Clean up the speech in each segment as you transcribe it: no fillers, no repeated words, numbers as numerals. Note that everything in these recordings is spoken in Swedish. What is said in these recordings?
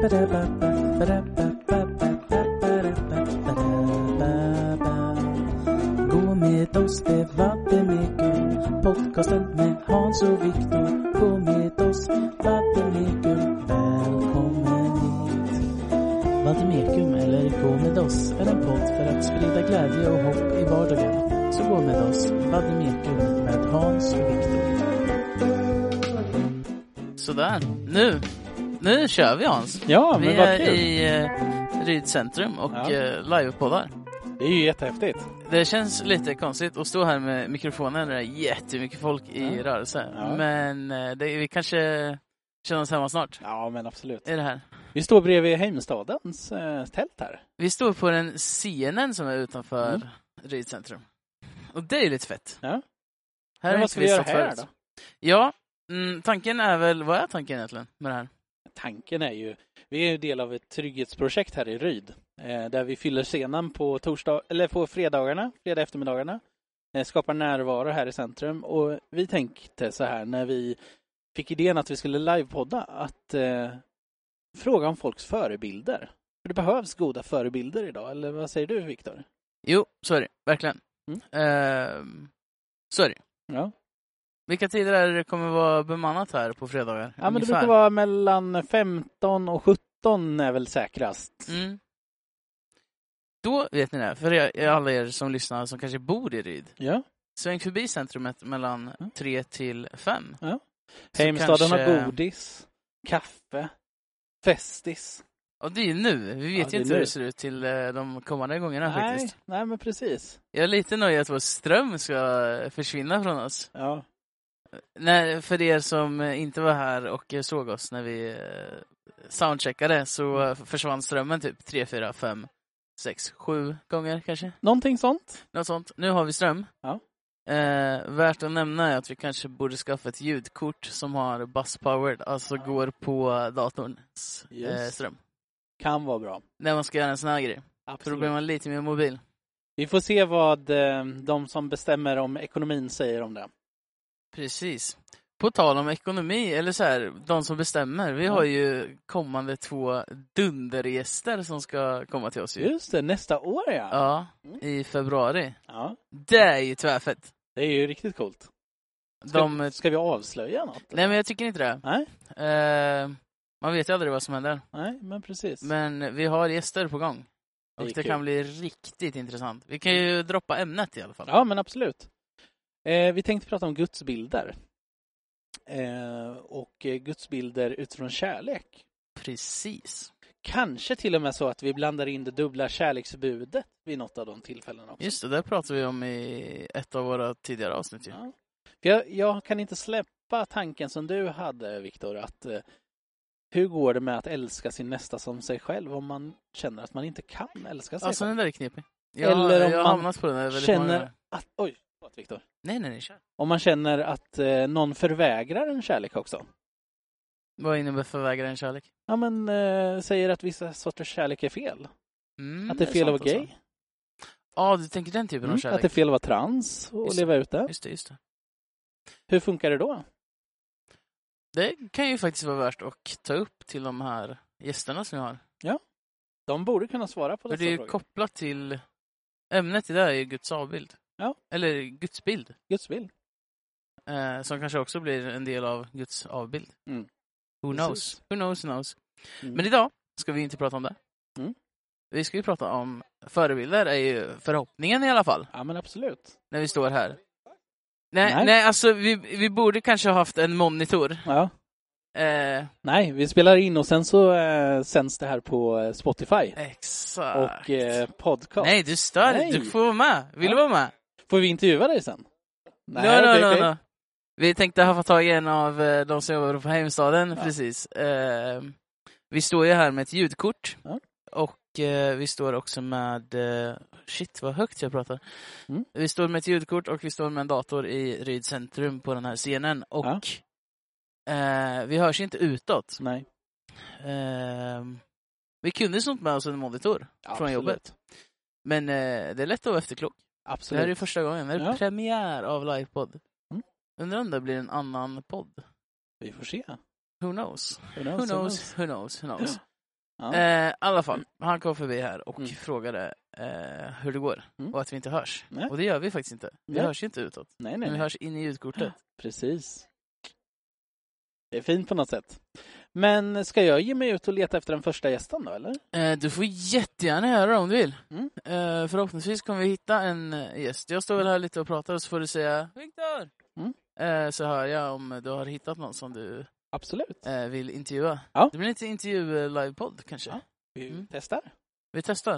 Gå med oss, det var med kul. Podcasten med Hans och Viktor. Gå med oss, Vademekum. Välkommen hit. Vademekum eller Gå med oss är en podd för att sprida glädje och hopp i vardagen. Så gå med oss, Vademekum med Hans och Viktor. Sådär, nu kör vi, Hans. Ja, men vi vad är kul. i Ryd centrum och livepoddar. Det är ju jättehäftigt. Det känns lite konstigt att stå här med mikrofonen när det är jättemycket folk i rörelse. Ja. Men vi kanske känner oss hemma snart. Ja, men absolut. Är det här? Vi står bredvid Heimstadens tält här. Vi står på den scenen som är utanför Ryd centrum. Och det är ju lite fett. Ja. Här Men vad ska vi göra stått här förut. då? Ja, tanken är väl, vad är tanken egentligen med det här? Tanken är ju, vi är ju del av ett trygghetsprojekt här i Ryd. Där vi fyller scenen på fredag eftermiddagarna. Skapar närvaro här i centrum. Och vi tänkte så här när vi fick idén att vi skulle livepodda att fråga om folks förebilder. För det behövs goda förebilder idag, eller vad säger du, Viktor? Jo, så är det, verkligen. Så är det. Ja. Vilka tider är det kommer vara bemannat här på fredagar? Ja, men det ungefär? brukar vara mellan 15 och 17 är väl säkrast. Mm. Då vet ni det, för alla er som lyssnar som kanske bor i Ryd. Ja. Sväng förbi centrumet mellan 3 till 5. Ja. Heimstaden har godis, kaffe, festis. Och det är ju nu. Vi vet ju inte hur det ser ut till de kommande gångerna faktiskt. Nej, men precis. Jag är lite nöjd att vår ström ska försvinna från oss. Ja. För er som inte var här och såg oss när vi soundcheckade så försvann strömmen typ 3, 4, 5, 6, 7 gånger kanske. Någonting sånt. Något sånt. Nu har vi ström. Ja. Värt att nämna är att vi kanske borde skaffa ett ljudkort som har bus powered, alltså går på datorns ström. Kan vara bra. När man ska göra en sån här grej. Absolut. För då blir man lite mer mobil. Vi får se vad de som bestämmer om ekonomin säger om det. Precis. På tal om ekonomi, eller så här, de som bestämmer. Vi har ju kommande 2 dundergäster som ska komma till oss. Just det, nästa år Ja, i februari. Ja. Det är ju tvärfett. Det är ju riktigt coolt. Ska vi avslöja något? Nej, men jag tycker inte det. Nej. Man vet ju aldrig vad som händer. Nej, men precis. Men vi har gäster på gång. Och det kul. kan bli riktigt intressant. Vi kan ju droppa ämnet i alla fall. Ja, men absolut. Vi tänkte prata om gudsbilder. Och gudsbilder utifrån kärlek. Precis. Kanske till och med så att vi blandar in det dubbla kärleksbudet vid något av de tillfällena också. Just det, där pratar vi om i ett av våra tidigare avsnitt. Ja. För jag kan inte släppa tanken som du hade, Viktor, att hur går det med att älska sin nästa som sig själv om man känner att man inte kan älska sig Alltså, själv? den där är knepig. Eller om jag har man hamnat på den väldigt känner många. att... Oj, Viktor. Nej, kör. Om man känner att någon förvägrar en kärlek också. Vad innebär förvägra en kärlek? Ja, men säger att vissa sorters kärlek är fel. Att det är fel att vara gay. Ja, du tänker den typen av kärlek. Att det är fel att vara trans och leva ut det. Just det. Hur funkar det då? Det kan ju faktiskt vara värt att ta upp till de här gästerna som vi har. Ja, de borde kunna svara på dessa dessa frågor. frågor. Det är kopplat till ämnet idag är ju Guds avbild. Ja. Eller Guds bild. Guds bild. Som kanske också blir en del av Guds avbild. Mm. Who knows? Who knows? Mm. Men idag ska vi inte prata om det. Mm. Vi ska ju prata om förebilder, är ju förhoppningen i alla fall. Ja, men absolut. När vi står här. Nej, alltså vi borde kanske ha haft en monitor. Ja. Nej, vi spelar in och sen så sänds det här på Spotify. Exakt. Och podcast. Nej, du stör. Nej. Du får vara med. Vill du vara med? Får vi intervjua dig sen? Nej, no. Vi tänkte ha fått tag i en av de som jobbar på Heimstaden, precis. Vi står ju här med ett ljudkort. Ja. Och vi står också med... shit, vad högt jag pratar. Mm. Vi står med ett ljudkort och vi står med en dator i Ryd centrum på den här scenen. Och vi hörs inte utåt. Nej. Vi kunde snott med oss en monitor från jobbet. Men det är lätt att vara efterklok. Absolut. Det här är första gången. Det är premiär av livepodd. Mm. Undrar om det blir en annan podd. Vi får se. Who knows? Ja. I alla fall, han kom förbi här och frågade hur det går och att vi inte hörs. Nej. Och det gör vi faktiskt inte. Vi hörs ju inte utåt. Nej. Men vi hörs in i ljudkortet. Precis. Det är fint på något sätt. Men ska jag ge mig ut och leta efter den första gästen då, eller? Du får jättegärna göra om du vill. Förhoppningsvis kommer vi hitta en gäst. Jag står väl här lite och pratar och så får du säga Viktor! Så hör jag om du har hittat någon som du Absolut. Vill intervjua. Ja. Det blir lite intervju livepodd kanske. Ja. Vi testar. Vi testar.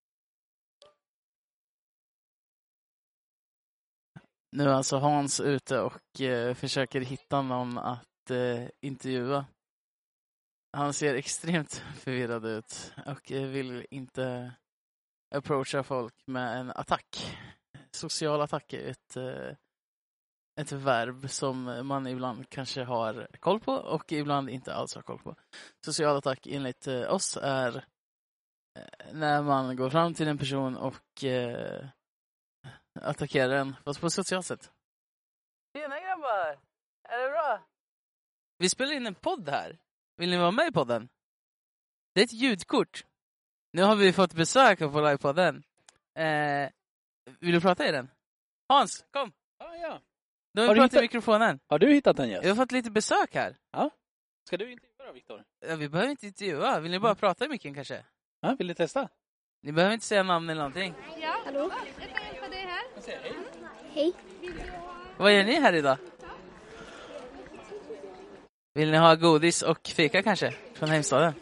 Nu är alltså Hans ute och försöker hitta någon att intervjua. Han ser extremt förvirrad ut och vill inte approacha folk med en attack. Social attack är ett verb som man ibland kanske har koll på och ibland inte alls har koll på. Social attack enligt oss är när man går fram till en person och attackerar den, fast på ett socialt sätt. Tjena grabbar! Är det bra? Vi spelar in en podd här. Vill ni vara med i podden? Det är ett ljudkort. Nu har vi fått besök på livepodden. Vill du prata i den? Hans, kom! Ja. Du har pratat i mikrofonen. Har du hittat en gäst? Jag har fått lite besök här. Ja. Ska du intervjua då, Viktor? Ja, vi behöver inte intervjua. Vill ni bara prata i micken kanske? Ja, vill du testa? Ni behöver inte säga namn eller någonting. Ja, hallå? Jag kan hjälpa dig här. Hej. Vad gör ni här idag? Vill ni ha godis och fika kanske? Från hemstaden?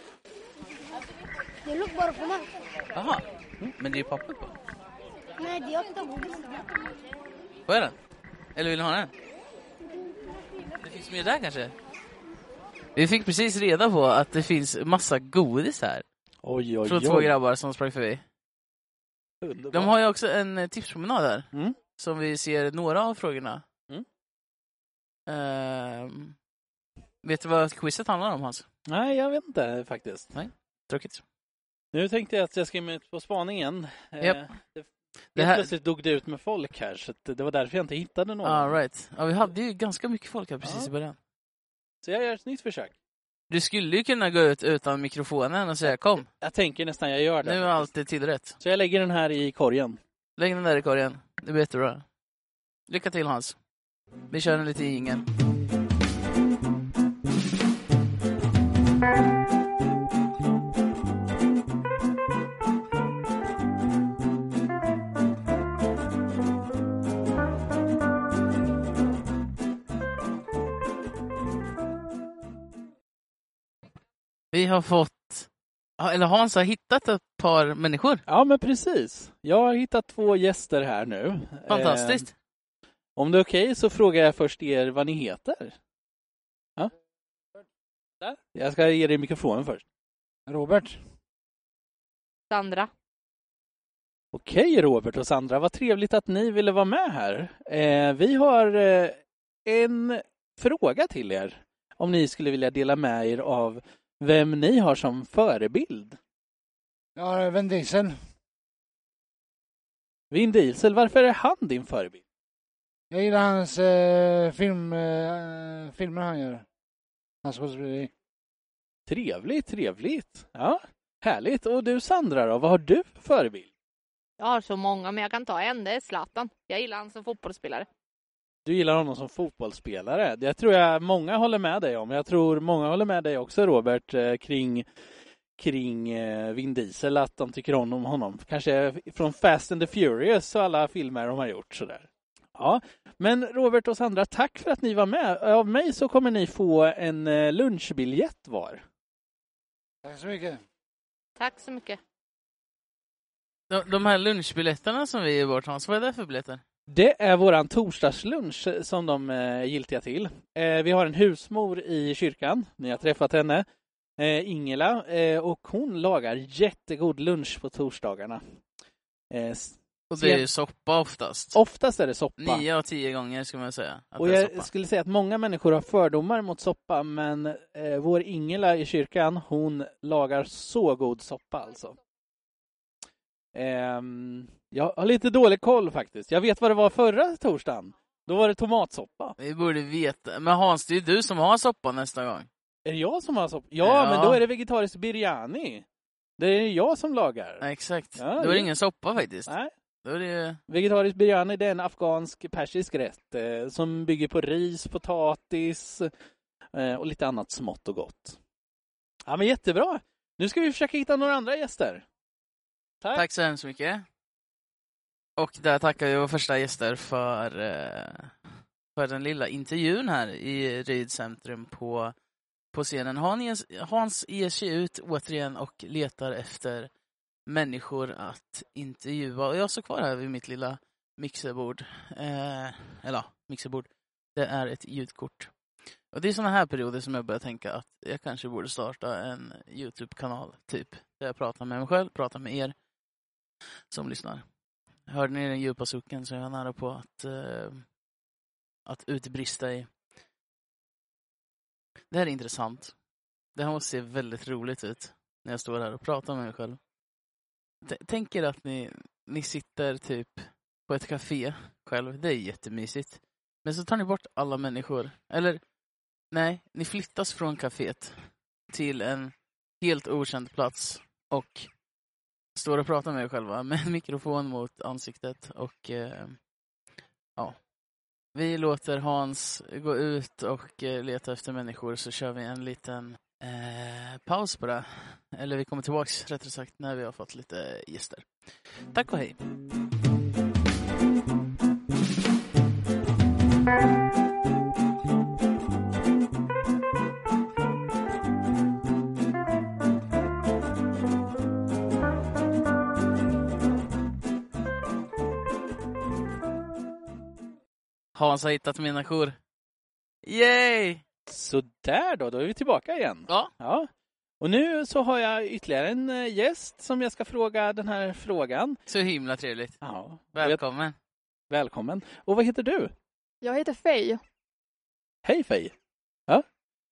Det luktar bara på mig. Jaha, men det är ju papper på. Nej, det är inte godis. Får jag den? Eller vill ni ha den? Det finns mer där kanske? Vi fick precis reda på att det finns massa godis här. Oj. Från 2 grabbar som sprang förbi. Underbar. De har ju också en tipspromenad där. Mm. Som vi ser några av frågorna. Vet du vad quizet handlar om, Hans? Nej, jag vet inte faktiskt. Nej, tråkigt. Nu tänkte jag att jag ska ge mig ut på spaningen. Japp. Det här... Plötsligt dog det ut med folk här, så det var därför jag inte hittade någon. All right. Ja, vi hade ju ganska mycket folk här precis i början. Så jag gör ett nytt försök. Du skulle ju kunna gå ut utan mikrofonen och säga kom. Jag tänker nästan jag gör det. Nu är allt till rätt. Så jag lägger den här i korgen. Lägg den där i korgen. Det blir jättebra. Lycka till, Hans. Vi kör en liten ingen. Vi har fått, eller Hans har hittat ett par människor. Ja, men precis. Jag har hittat 2 gäster här nu. Fantastiskt. Om det är okej så frågar jag först er vad ni heter. Ja. Där. Jag ska ge dig mikrofonen först. Robert. Sandra. Okej, Robert och Sandra, vad trevligt att ni ville vara med här. Vi har en fråga till er. Om ni skulle vilja dela med er av vem ni har som förebild. Ja, Vin Diesel. Vin Diesel, varför är han din förebild? Jag gillar hans filmer han gör. Hans skådespeleri. Trevligt. Ja, härligt. Och du Sandra då, vad har du för förebild? Jag har så många, men jag kan ta en. Det är Zlatan. Jag gillar han som fotbollsspelare. Du gillar honom som fotbollsspelare. Det tror jag många håller med dig om. Jag tror många håller med dig också, Robert, kring Vin Diesel, att de tycker om honom. Kanske från Fast and the Furious och alla filmer de har gjort sådär. Ja, men Robert och Sandra, tack för att ni var med. Av mig så kommer ni få en lunchbiljett var. Tack så mycket. Tack så mycket. De här lunchbiljetterna som vi ger bort, Hans, vad är det för biljetter? Det är våran torsdagslunch som de är giltiga till. Vi har en husmor i kyrkan. Ni har träffat henne. Ingela. Och hon lagar jättegod lunch på torsdagarna. Och det är ju soppa oftast. Oftast är det soppa. 9 av 10 gånger ska man säga. Och jag skulle säga att många människor har fördomar mot soppa. Men vår Ingela i kyrkan, hon lagar så god soppa alltså. Jag har lite dålig koll faktiskt. Jag vet vad det var förra torsdagen. Då var det tomatsoppa. Vi borde veta. Men Hans, det är du som har soppa nästa gång. Är det jag som har soppa? Ja, men då är det vegetarisk biryani. Det är jag som lagar. Ja, exakt. Ja, då är det ingen soppa faktiskt. Nej. Då är det... Vegetarisk biryani, det är en afghansk persisk rätt som bygger på ris, potatis och lite annat smått och gott. Ja, men jättebra. Nu ska vi försöka hitta några andra gäster. Tack så hemskt mycket. Och där tackar vi våra första gäster för den lilla intervjun här i Ryds centrum på scenen. Hans ger sig ut återigen och letar efter människor att intervjua. Och jag står kvar här vid mitt lilla mixerbord. Mixerbord. Det är ett ljudkort. Och det är såna här perioder som jag börjar tänka att jag kanske borde starta en YouTube-kanal typ. Där jag pratar med mig själv, pratar med er som lyssnar. Hörde ni den djupa sucken så är jag nära på att utbrista i. Det här är intressant. Det här måste se väldigt roligt ut när jag står här och pratar med mig själv. Tänk er att ni sitter typ på ett café själv. Det är jättemysigt. Men så tar ni bort alla människor. Eller, nej, ni flyttas från caféet till en helt okänd plats och står och pratar med er själva med en mikrofon mot ansiktet. Och vi låter Hans gå ut och leta efter människor, så kör vi en liten paus på det. Eller vi kommer tillbaks rättare sagt när vi har fått lite gäster. Tack och hej! Hans har hittat mina kor. Yay! Så där då är vi tillbaka igen. Ja. Och nu så har jag ytterligare en gäst som jag ska fråga den här frågan. Så himla trevligt. Ja. Välkommen. Välkommen. Och vad heter du? Jag heter Fej. Hej Fej. Ja.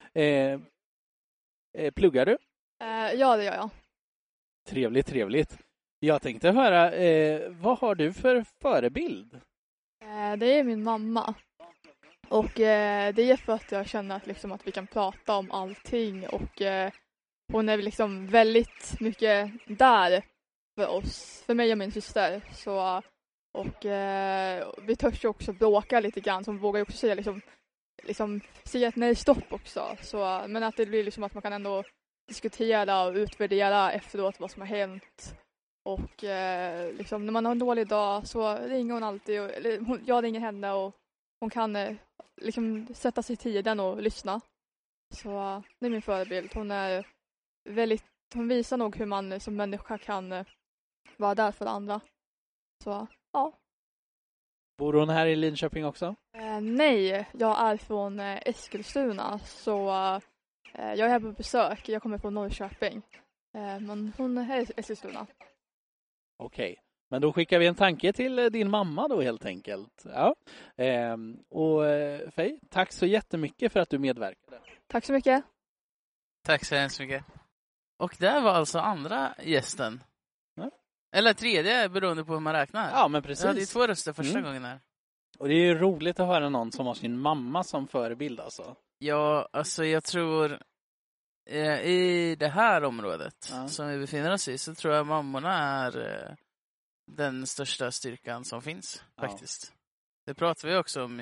Pluggar du? Ja, det gör jag. Trevligt. Jag tänkte höra, vad har du för förebild? Det är min mamma. Och det är för att jag känner att, liksom, att vi kan prata om allting. Och hon är liksom väldigt mycket där för oss. För mig och min syster. Så, och vi törs ju också bråka lite grann. Så hon vågar ju också säga säga ett nej stopp också. Så, men att det blir liksom att man kan ändå diskutera och utvärdera efteråt vad som har hänt. Och liksom, när man har en dålig dag så ringer hon alltid. Jag ringer henne och hon kan liksom sätta sig i tiden och lyssna. Så det är min förebild. Hon visar nog hur man som människa kan vara där för andra. Så, ja. Bor hon här i Linköping också? Nej, jag är från Eskilstuna. Så jag är här på besök. Jag kommer från Norrköping. Men hon är i Eskilstuna. Okej, men då skickar vi en tanke till din mamma då helt enkelt. Ja. Och Fej, tack så jättemycket för att du medverkade. Tack så mycket. Tack så hemskt mycket. Och där var alltså andra gästen. Ja. Eller tredje, beroende på hur man räknar. Ja, men precis. Jag hade ju 2 röster första gången här. Och det är ju roligt att höra någon som har sin mamma som förebild alltså. Ja, alltså jag tror i det här området som vi befinner oss i så tror jag mammorna är den största styrkan som finns faktiskt. Det pratar vi också om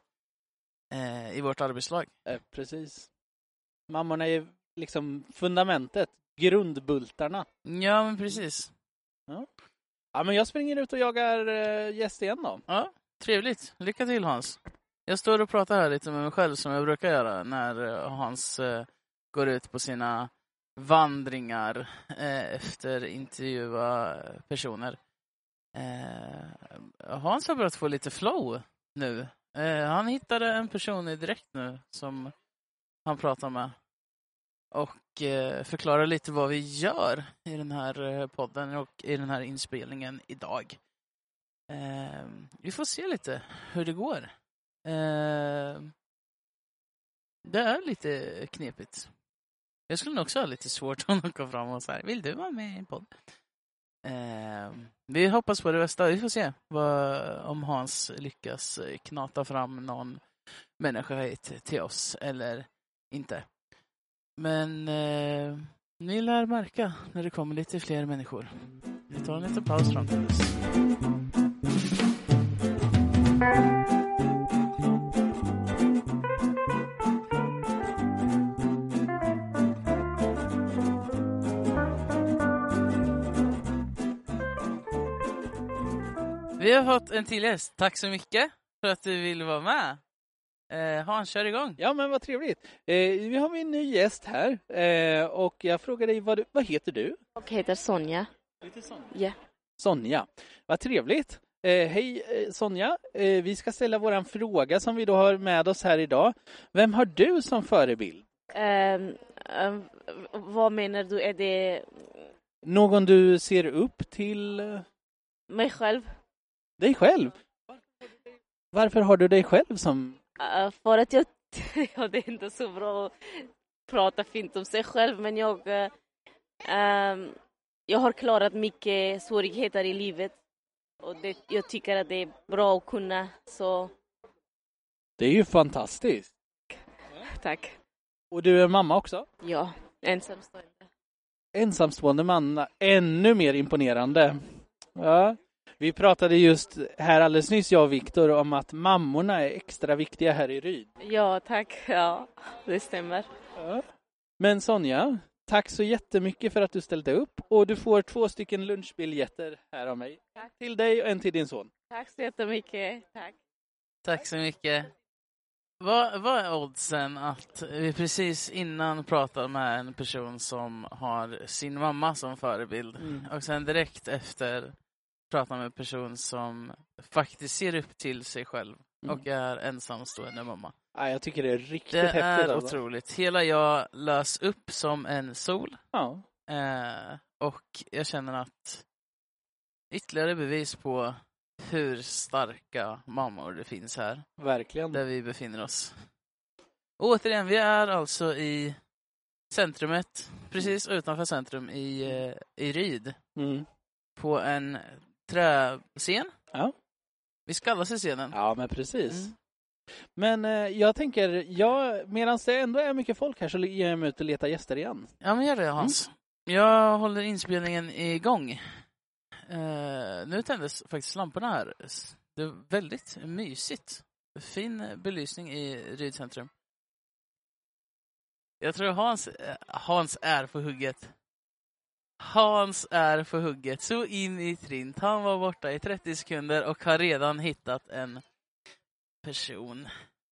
i vårt arbetslag. Precis. Mammorna är liksom fundamentet, grundbultarna. Ja, men precis. Ja, men jag springer ut och jagar gäst igen då. Ja, trevligt. Lycka till Hans. Jag står och pratar här lite med mig själv som jag brukar göra när Hans går ut på sina vandringar efter intervjua personer. Hans har börjat få lite flow nu. Han hittade en person direkt nu som han pratar med. Och förklarar lite vad vi gör i den här podden och i den här inspelningen idag. Vi får se lite hur det går. Det är lite knepigt. Jag skulle nog också ha lite svårt att komma fram och säga, vill du vara med i en podd? Vi hoppas på det bästa. Vi får se om Hans lyckas knata fram någon människa hit till oss eller inte. Men ni lär märka när det kommer lite fler människor. Vi tar en liten paus fram till dess. Vi har fått en till gäst. Tack så mycket för att du vill vara med. Hans, kör igång. Ja, men vad trevligt. Vi har en ny gäst här. Och jag frågar dig, vad heter du? Jag heter Sonja. Ja. Sonja. Vad trevligt. Hej Sonja. Vi ska ställa våran fråga som vi då har med oss här idag. Vem har du som förebild? Vad menar du? Är det Någon du ser upp till? mig själv? Dig själv? Varför har du dig själv som... För att jag ja, det är inte så bra att prata fint om sig själv, men jag har klarat mycket svårigheter i livet och jag tycker att det är bra att kunna, så... Det är ju fantastiskt. Tack. Och du är mamma också? Ja, ensamstående. Ensamstående man, ännu mer imponerande. Ja. Vi pratade just här alldeles nyss, jag och Viktor, om att mammorna är extra viktiga här i Ryd. Ja, tack. Ja, det stämmer. Ja. Men Sonja, tack så jättemycket för att du ställde upp. Och du får 2 stycken lunchbiljetter här av mig. Tack. Till dig och en till din son. Tack så jättemycket. Tack. Tack så mycket. Vad är oddsen att vi precis innan pratar med en person som har sin mamma som förebild och sen direkt efter pratar med en person som faktiskt ser upp till sig själv och är ensamstående mamma. Ja, jag tycker det är riktigt Det häftigt. är alltså. otroligt. Hela jag lös upp som en sol. Ja. Och jag känner att ytterligare bevis på hur starka mammor det finns här. Verkligen. Där vi befinner oss. Återigen, vi är alltså i centrumet. Precis utanför centrum i Ryd. Mm. På en träscen. Ja. Vi skallas i scenen. Ja, men precis. Men jag tänker, medan det ändå är mycket folk här så ger jag mig ut och letar gäster igen. Ja, men gör det, Hans. Jag håller inspelningen igång. Nu tändes faktiskt lamporna här. Det är väldigt mysigt. Fin belysning i Ryd centrum. Jag tror Hans är på hugget. Hans är på hugget. Så in i trint. Han var borta i 30 sekunder och har redan hittat en person.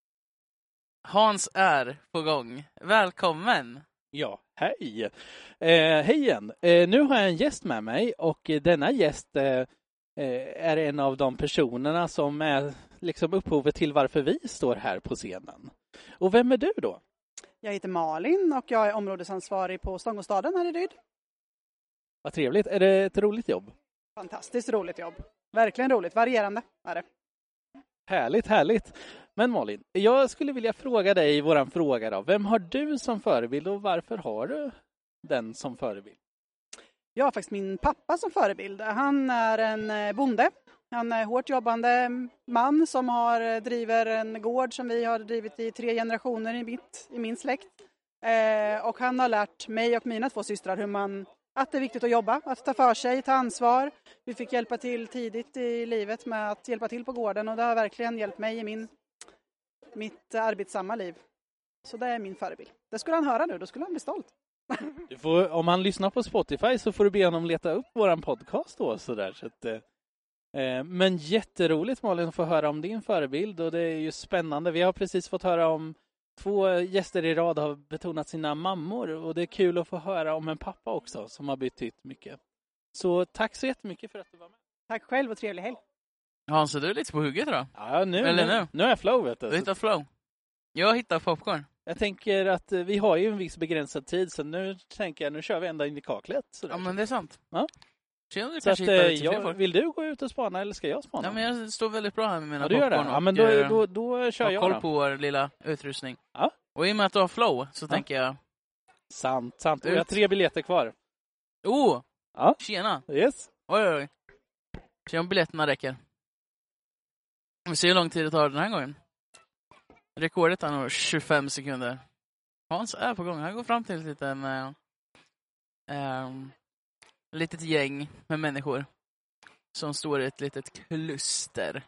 Hans är på gång. Välkommen! Ja, hej! Hej igen! Nu har jag en gäst med mig och denna gäst är en av de personerna som är liksom upphovet till varför vi står här på scenen. Och vem är du då? Jag heter Malin och jag är områdesansvarig på Stångåstaden här i Ryd. Vad trevligt. Är det ett roligt jobb? Fantastiskt roligt jobb. Verkligen roligt. Varierande är det. Härligt, härligt. Men Malin, jag skulle vilja fråga dig våran fråga då. Vem har du som förebild och varför har du den som förebild? Jag har faktiskt min pappa som förebild. Han är en bonde. Han är hårt jobbande man som driver en gård som vi har drivit i 3 generationer i min släkt. Och han har lärt mig och mina 2 systrar att det är viktigt att jobba, att ta för sig, ta ansvar. Vi fick hjälpa till tidigt i livet med att hjälpa till på gården och det har verkligen hjälpt mig i mitt arbetsamma liv. Så det är min förebild. Det skulle han höra nu, då skulle han bli stolt. Om han lyssnar på Spotify så får du be honom leta upp våran podcast då. Sådär, så att, men jätteroligt Malin att få höra om din förebild och det är ju spännande. Vi har precis fått höra om 2 gäster i rad har betonat sina mammor och det är kul att få höra om en pappa också som har betytt mycket. Så tack så jättemycket för att du var med. Tack själv och trevlig helg. Hans, är du lite på hugget då? Ja, nu är jag flow, vet du. Du hittar flow. Jag hittar popcorn. Jag tänker att vi har ju en viss begränsad tid så nu tänker jag, nu kör vi ända in i kaklet. Sådär. Ja, men det är sant. Ja. Så du Så att, vill du gå ut och spana eller ska jag spana? Ja, men jag står väldigt bra här med mina du gör popcorn. det? Ja, men då kör jag koll då. på vår lilla utrustning. Ja. Och i och med att du har flow så tänker jag... Sant. Och jag har 3 biljetter kvar. Ja. Tjena. Yes. Oj. Se om biljetterna räcker. Vi ser hur lång tid det tar den här gången. Rekordet är nog 25 sekunder. Hans är på gång. Han går fram till ett litet gäng med människor som står i ett litet kluster.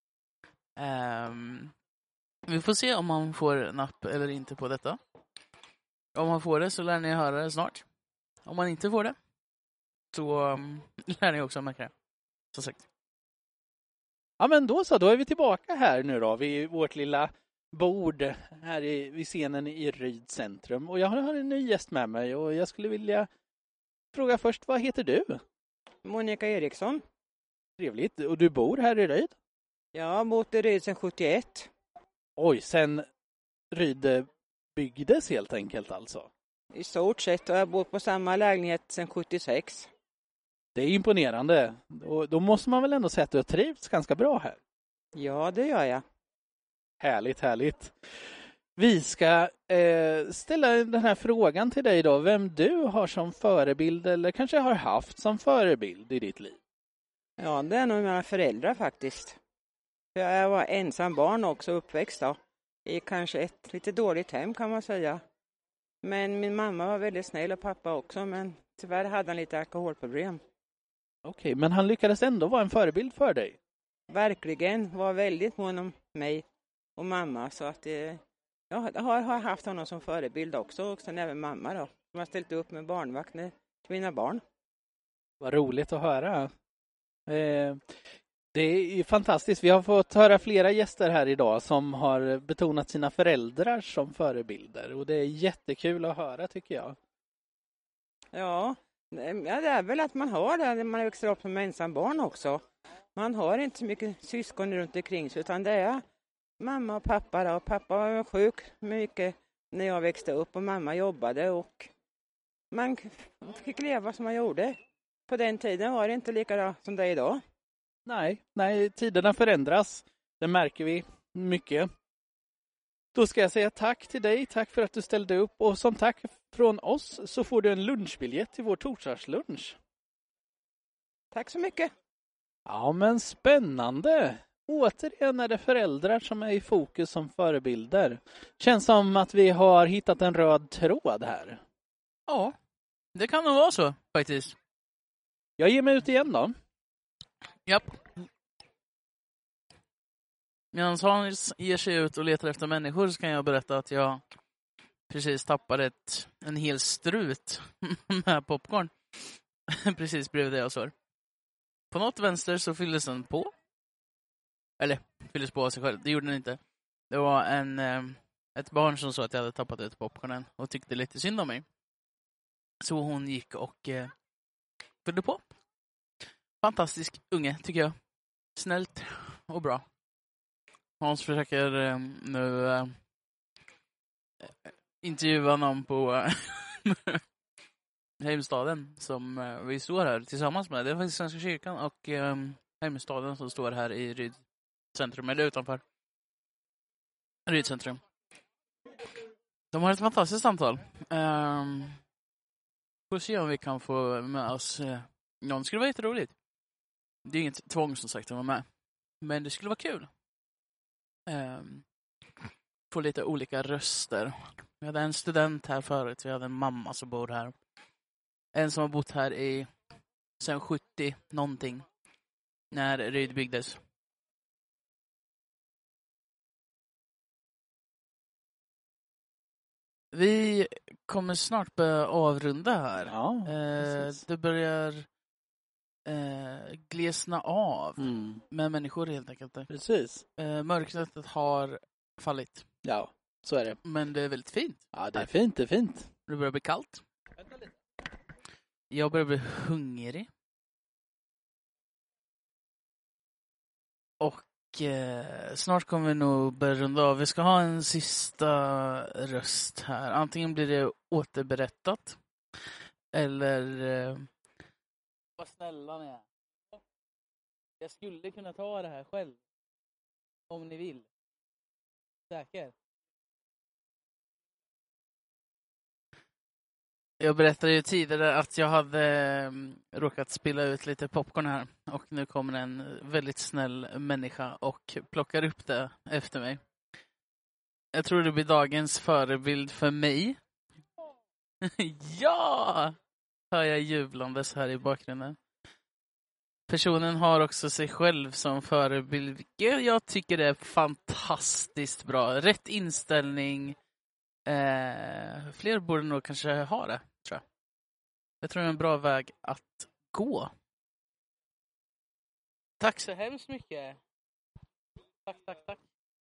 Vi får se om man får napp eller inte på detta. Om man får det så lär ni höra det snart. Om man inte får det så lär ni också märka det. Så sagt. Ja, men då är vi tillbaka här nu då vid vårt lilla bord här vid scenen i Ryd centrum. Och jag har en ny gäst med mig och jag skulle vilja fråga först, vad heter du? Monica Eriksson. Trevligt. Och du bor här i Ryd? Jag har bott i Ryd sedan 71. Oj, sen Ryd byggdes helt enkelt alltså? I stort sett har jag bott på samma lägenhet sedan 76. Det är imponerande. Och då måste man väl ändå säga att du har trivts ganska bra här? Ja, det gör jag. Härligt, härligt. Vi ska ställa den här frågan till dig då. Vem du har som förebild eller kanske har haft som förebild i ditt liv? Ja, det är nog mina föräldrar faktiskt. Jag var ensam barn också, uppväxt då. I kanske ett lite dåligt hem kan man säga. Men min mamma var väldigt snäll och pappa också, men tyvärr hade han lite alkoholproblem. Okej, men han lyckades ändå vara en förebild för dig? Verkligen, var väldigt mån om mig och mamma, så att jag har haft honom som förebild också, och sen även mamma då. Som har ställt upp med barnvakter till mina barn. Vad roligt att höra. Det är fantastiskt. Vi har fått höra flera gäster här idag som har betonat sina föräldrar som förebilder. Och det är jättekul att höra, tycker jag. Ja, det är väl att man har det när man växer upp som ensam barn också. Man har inte så mycket syskon runt omkring sig, utan det är mamma och pappa då. Och pappa var sjuk mycket när jag växte upp och mamma jobbade, och man fick leva som man gjorde. På den tiden var det inte lika som det är idag. Nej, tiderna förändras. Det märker vi mycket. Då ska jag säga tack till dig. Tack för att du ställde upp. Och som tack från oss så får du en lunchbiljett till vår torsdagslunch. Tack så mycket. Ja, men spännande. Återigen är det föräldrar som är i fokus som förebilder. Känns som att vi har hittat en röd tråd här. Ja, det kan nog vara så faktiskt. Jag ger mig ut igen då. Japp. Medan Hans ger sig ut och letar efter människor så kan jag berätta att jag precis tappade en hel strut med popcorn. Precis bredvid det jag såg. På något vänster så fylldes den på. Eller fylldes på av sig själv. Det gjorde den inte. Det var ett barn som sa att jag hade tappat ut popcornen och tyckte lite synd om mig. Så hon gick och fyllde på. Fantastisk unge, tycker jag. Snällt och bra. Hans försöker nu intervjua någon på Heimstaden som vi står här tillsammans med. Det är faktiskt Svenska kyrkan och Heimstaden som står här i Ryd centrum, eller utanför Ryd centrum. De har ett fantastiskt samtal. Får se om vi kan få med oss någon. Det skulle vara jätteroligt. Det är inget tvång som sagt att vara med. Men det skulle vara kul. Få lite olika röster. Vi hade en student här förut. Vi hade en mamma som bor här. En som har bott här sedan 70 någonting. När Ryd byggdes. Vi kommer snart börja avrunda här. Ja, det börjar glesna av med människor helt enkelt. Precis. Mörkret har fallit. Ja, så är det. Men det är väldigt fint. Ja, det är fint, det är fint. Det börjar bli kallt. Jag börjar bli hungrig. Och snart kommer vi nog börja runda av. Vi ska ha en sista röst här. Antingen blir det återberättat. Eller vad snälla ni är. Jag skulle kunna ta det här själv. Om ni vill. Säker. Jag berättade ju tidigare att jag hade råkat spilla ut lite popcorn här. Och nu kommer en väldigt snäll människa och plockar upp det efter mig. Jag tror det blir dagens förebild för mig. Ja! Hör jag jublandes här i bakgrunden. Personen har också sig själv som förebild. Jag tycker det är fantastiskt bra. Rätt inställning. Fler borde nog kanske ha det, tror jag. Jag tror det är en bra väg att gå. Tack så hemskt mycket. Tack.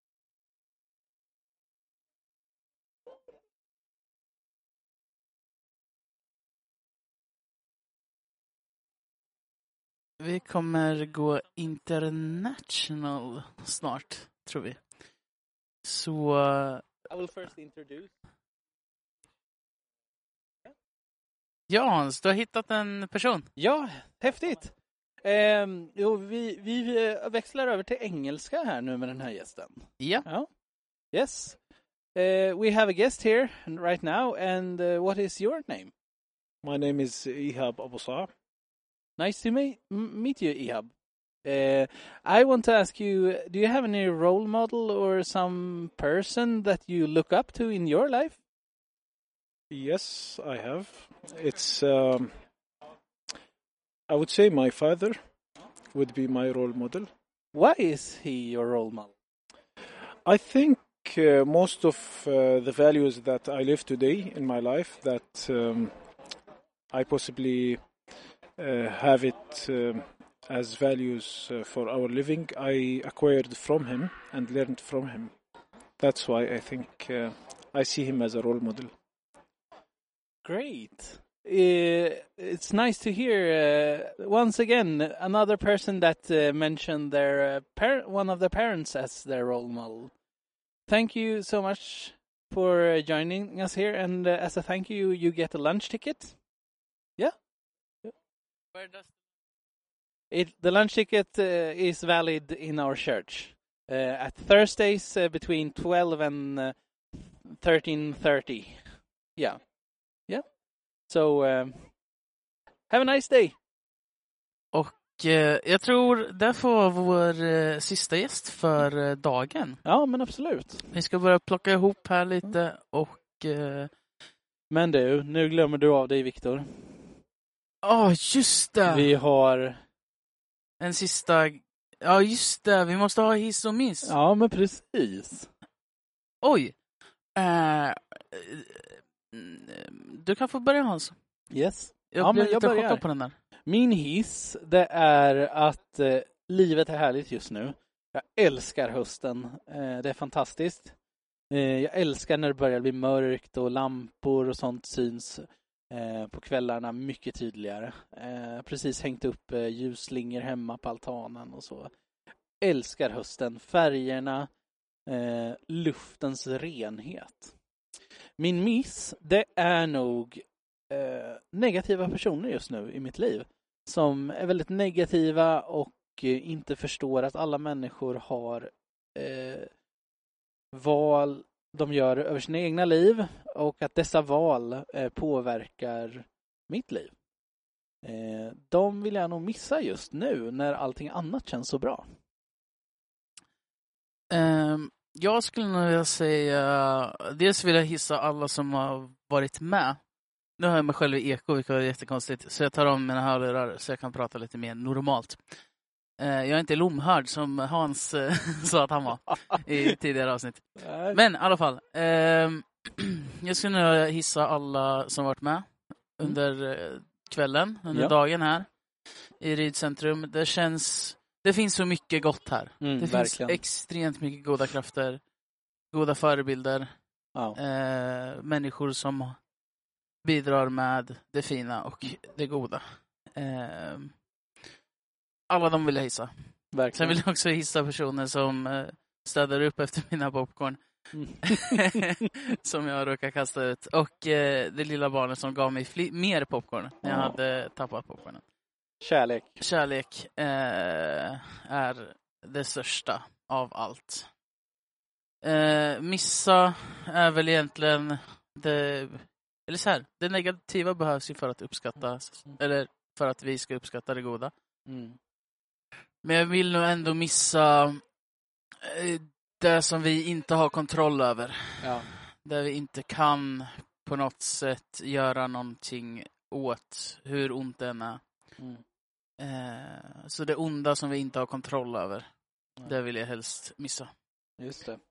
Vi kommer gå international snart, tror vi. Så... I will first introduce. Ja, Hans, du har hittat en person. Ja, häftigt. Vi växlar över till engelska här nu med den här gästen. Ja. Yes. We have a guest here right now, and what is your name? My name is Ihab Abusar. Nice to meet you, Ihab. I want to ask you, do you have any role model or some person that you look up to in your life? Yes, I have. It's, I would say my father would be my role model. Why is he your role model? I think most of the values that I live today in my life, that I possibly have it as values for our living, I acquired from him and learned from him. That's why I think I see him as a role model. Great. It's nice to hear once again another person that mentioned their one of their parents as their role model. Thank you so much for joining us here, and as a thank you, you get a lunch ticket. Yeah. Where does the lunch ticket is valid in our church at Thursdays between 12 and 13:30. Yeah. So, have a nice day. Och jag tror det får vara vår sista gäst för dagen. Ja, men absolut. Vi ska börja plocka ihop här lite och... Men du, nu glömmer du av dig, Viktor. Just det! Vi har... En sista... Ja, just det. Vi måste ha hiss och miss. Ja, men precis. Oj! Du kan få börja, Hans. Yes. Jag blev lite chockad på den där. Min hiss, det är att livet är härligt just nu. Jag älskar hösten. Det är fantastiskt. Jag älskar när det börjar bli mörkt och lampor och sånt syns på kvällarna mycket tydligare. Precis hängt upp ljusslingor hemma på altanen och så. Älskar hösten, färgerna, luftens renhet. Min miss, det är nog negativa personer just nu i mitt liv. Som är väldigt negativa och inte förstår att alla människor har val de gör över sina egna liv. Och att dessa val påverkar mitt liv. De vill jag nog missa just nu när allting annat känns så bra. Jag skulle nog vilja säga, dels vill jag hissa alla som har varit med. Nu har jag mig själv i eko, vilket är jättekonstigt. Så jag tar om mina hörlurar så jag kan prata lite mer normalt. Jag är inte lomhörd som Hans sa att han var i tidigare avsnitt. Men i alla fall, jag skulle nog hissa alla som varit med under kvällen, under dagen här i Rydcentrum. Det finns så mycket gott här. Det finns extremt mycket goda krafter, goda förebilder, människor som bidrar med det fina och det goda. Alla de vill jag hissa. Verkligen. Sen vill jag också hissa personer som städar upp efter mina popcorn. Som jag råkar kasta ut. Och det lilla barnet som gav mig mer popcorn när jag hade tappat popcornen. Kärlek är det största av allt. Missa är väl egentligen det negativa behövs ju för att uppskatta, eller för att vi ska uppskatta det goda. Men jag vill nog ändå missa det som vi inte har kontroll över. Ja. Där vi inte kan på något sätt göra någonting åt hur ont den är. Så det onda som vi inte har kontroll över, det vill jag helst missa. Just det.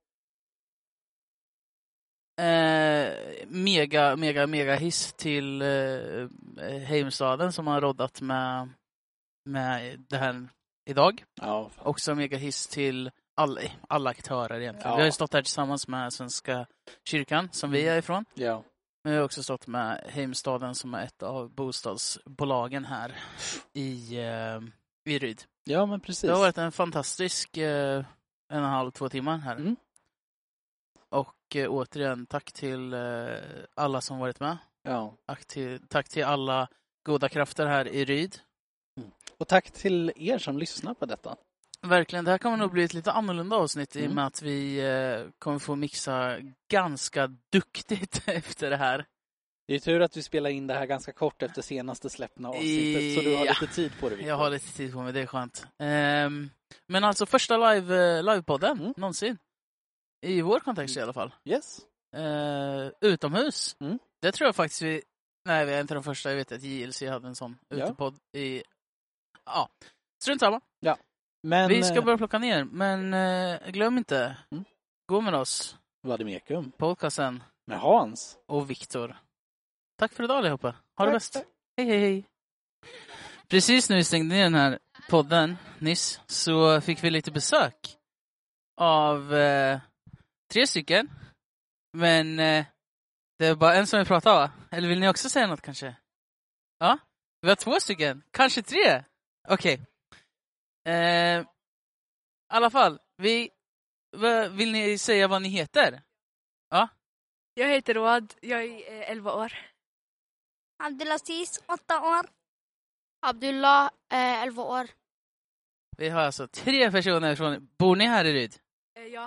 Mega hiss till Heimstaden som har roddat med det här idag. Ja. Också mega hiss till alla aktörer egentligen. Ja. Vi har ju stått här tillsammans med Svenska kyrkan som vi är ifrån. Ja. Men vi har också stått med Heimstaden som är ett av bostadsbolagen här i Ryd. Ja, men precis. Det har varit en fantastisk 1,5-2 timmar här. Och återigen, tack till alla som varit med. Ja. Tack till alla goda krafter här i Ryd. Och tack till er som lyssnar på detta. Verkligen, det här kommer nog bli ett lite annorlunda avsnitt i och med att vi kommer få mixa ganska duktigt efter det här. Det är tur att vi spelar in det här ganska kort efter senaste släppna avsnittet, så du har lite tid på det, Victor. Jag har lite tid på mig, det är skönt. Men alltså första livepodden någonsin. I vår kontext i alla fall. Yes. Utomhus. Det tror jag faktiskt vi är inte de första. Jag vet att JLC hade en sån utepodd i... Ja, strunt samma. Ja. Men, vi ska börja plocka ner, men glöm inte. Gå med oss. Vladimir podcasten. Med Hans. Och Viktor. Tack för idag allihopa. Ha det bäst. Hej. Precis när vi stängde ner den här podden nyss så fick vi lite besök av 3 stycken. Men det är bara en som vi pratar, va? Eller vill ni också säga något kanske? Ja, vi har 2 stycken. Kanske 3. Okej. I alla fall, vill ni säga vad ni heter? Ja. Jag heter Road, jag är 11 år. Abdulaziz, 8 år. Abdullah, 11 år. Vi har alltså 3 personer från... Bor ni här i Ryd? Ja.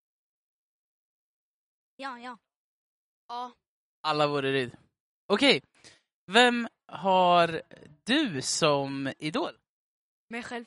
Ja. Alla bor i Ryd. Okej. Vem har du som idol? Mig själv.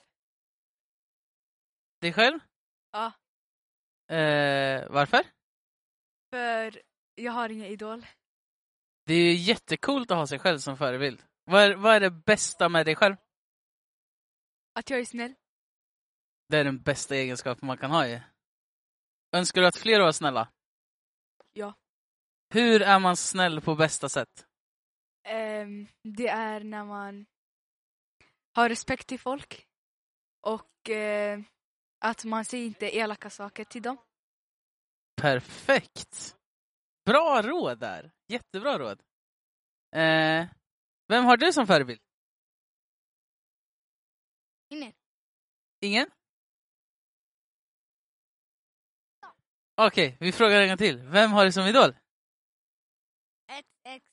Dig själv? Ja. Varför? För jag har ingen idol. Det är ju jättekult att ha sig själv som förebild. Vad är det bästa med dig själv? Att jag är snäll. Det är den bästa egenskapen man kan ha ju. Önskar du att fler var snälla? Ja. Hur är man snäll på bästa sätt? Det är när man har respekt till folk. Och att man säger inte elaka saker till dem. Perfekt. Bra råd där. Jättebra råd. Vem har du som förebild? Ingen? Okej, vi frågar en gång till. Vem har du som idol? XX.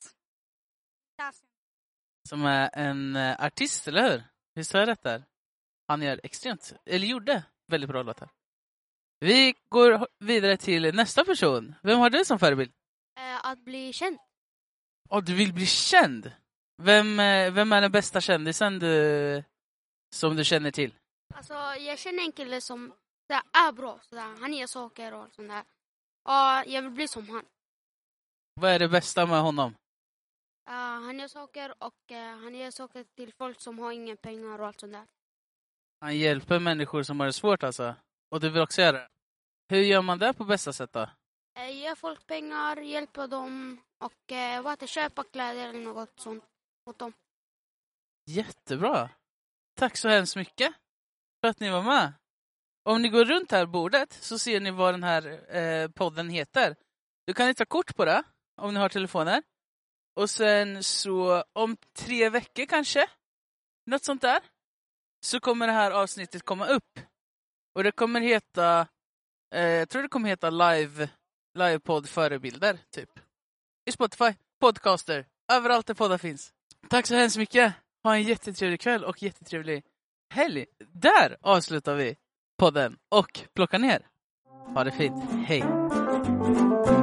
Som är en artist, eller hur? Visst har jag rätt där? Han gör gjorde väldigt bra låtar. Vi går vidare till nästa person. Vem har du som förebild? Att bli känd. Du vill bli känd? Vem är den bästa kändisen som du känner till? Alltså, jag känner en kille som är bra. Han gör saker och sånt där. Ja, jag vill bli som han. Vad är det bästa med honom? Han gör saker och han gör saker till folk som har inga pengar och allt sånt där. Han hjälper människor som har det svårt alltså. Och du vill också göra det. Hur gör man det på bästa sätt då? Ger folk pengar, hjälper dem och köpa kläder eller något sånt åt dem. Jättebra. Tack så hemskt mycket för att ni var med. Om ni går runt här bordet så ser ni vad den här podden heter. Du kan ta kort på det om ni har telefoner. Och sen så om 3 veckor kanske, något sånt där, så kommer det här avsnittet komma upp. Och det kommer heta, jag tror det kommer heta livepodd förebilder typ. I Spotify, podcaster, överallt där poddar finns. Tack så hemskt mycket. Ha en jättetrevlig kväll och jättetrevlig helg. Där avslutar vi podden och plockar ner. Ha det fint. Hej.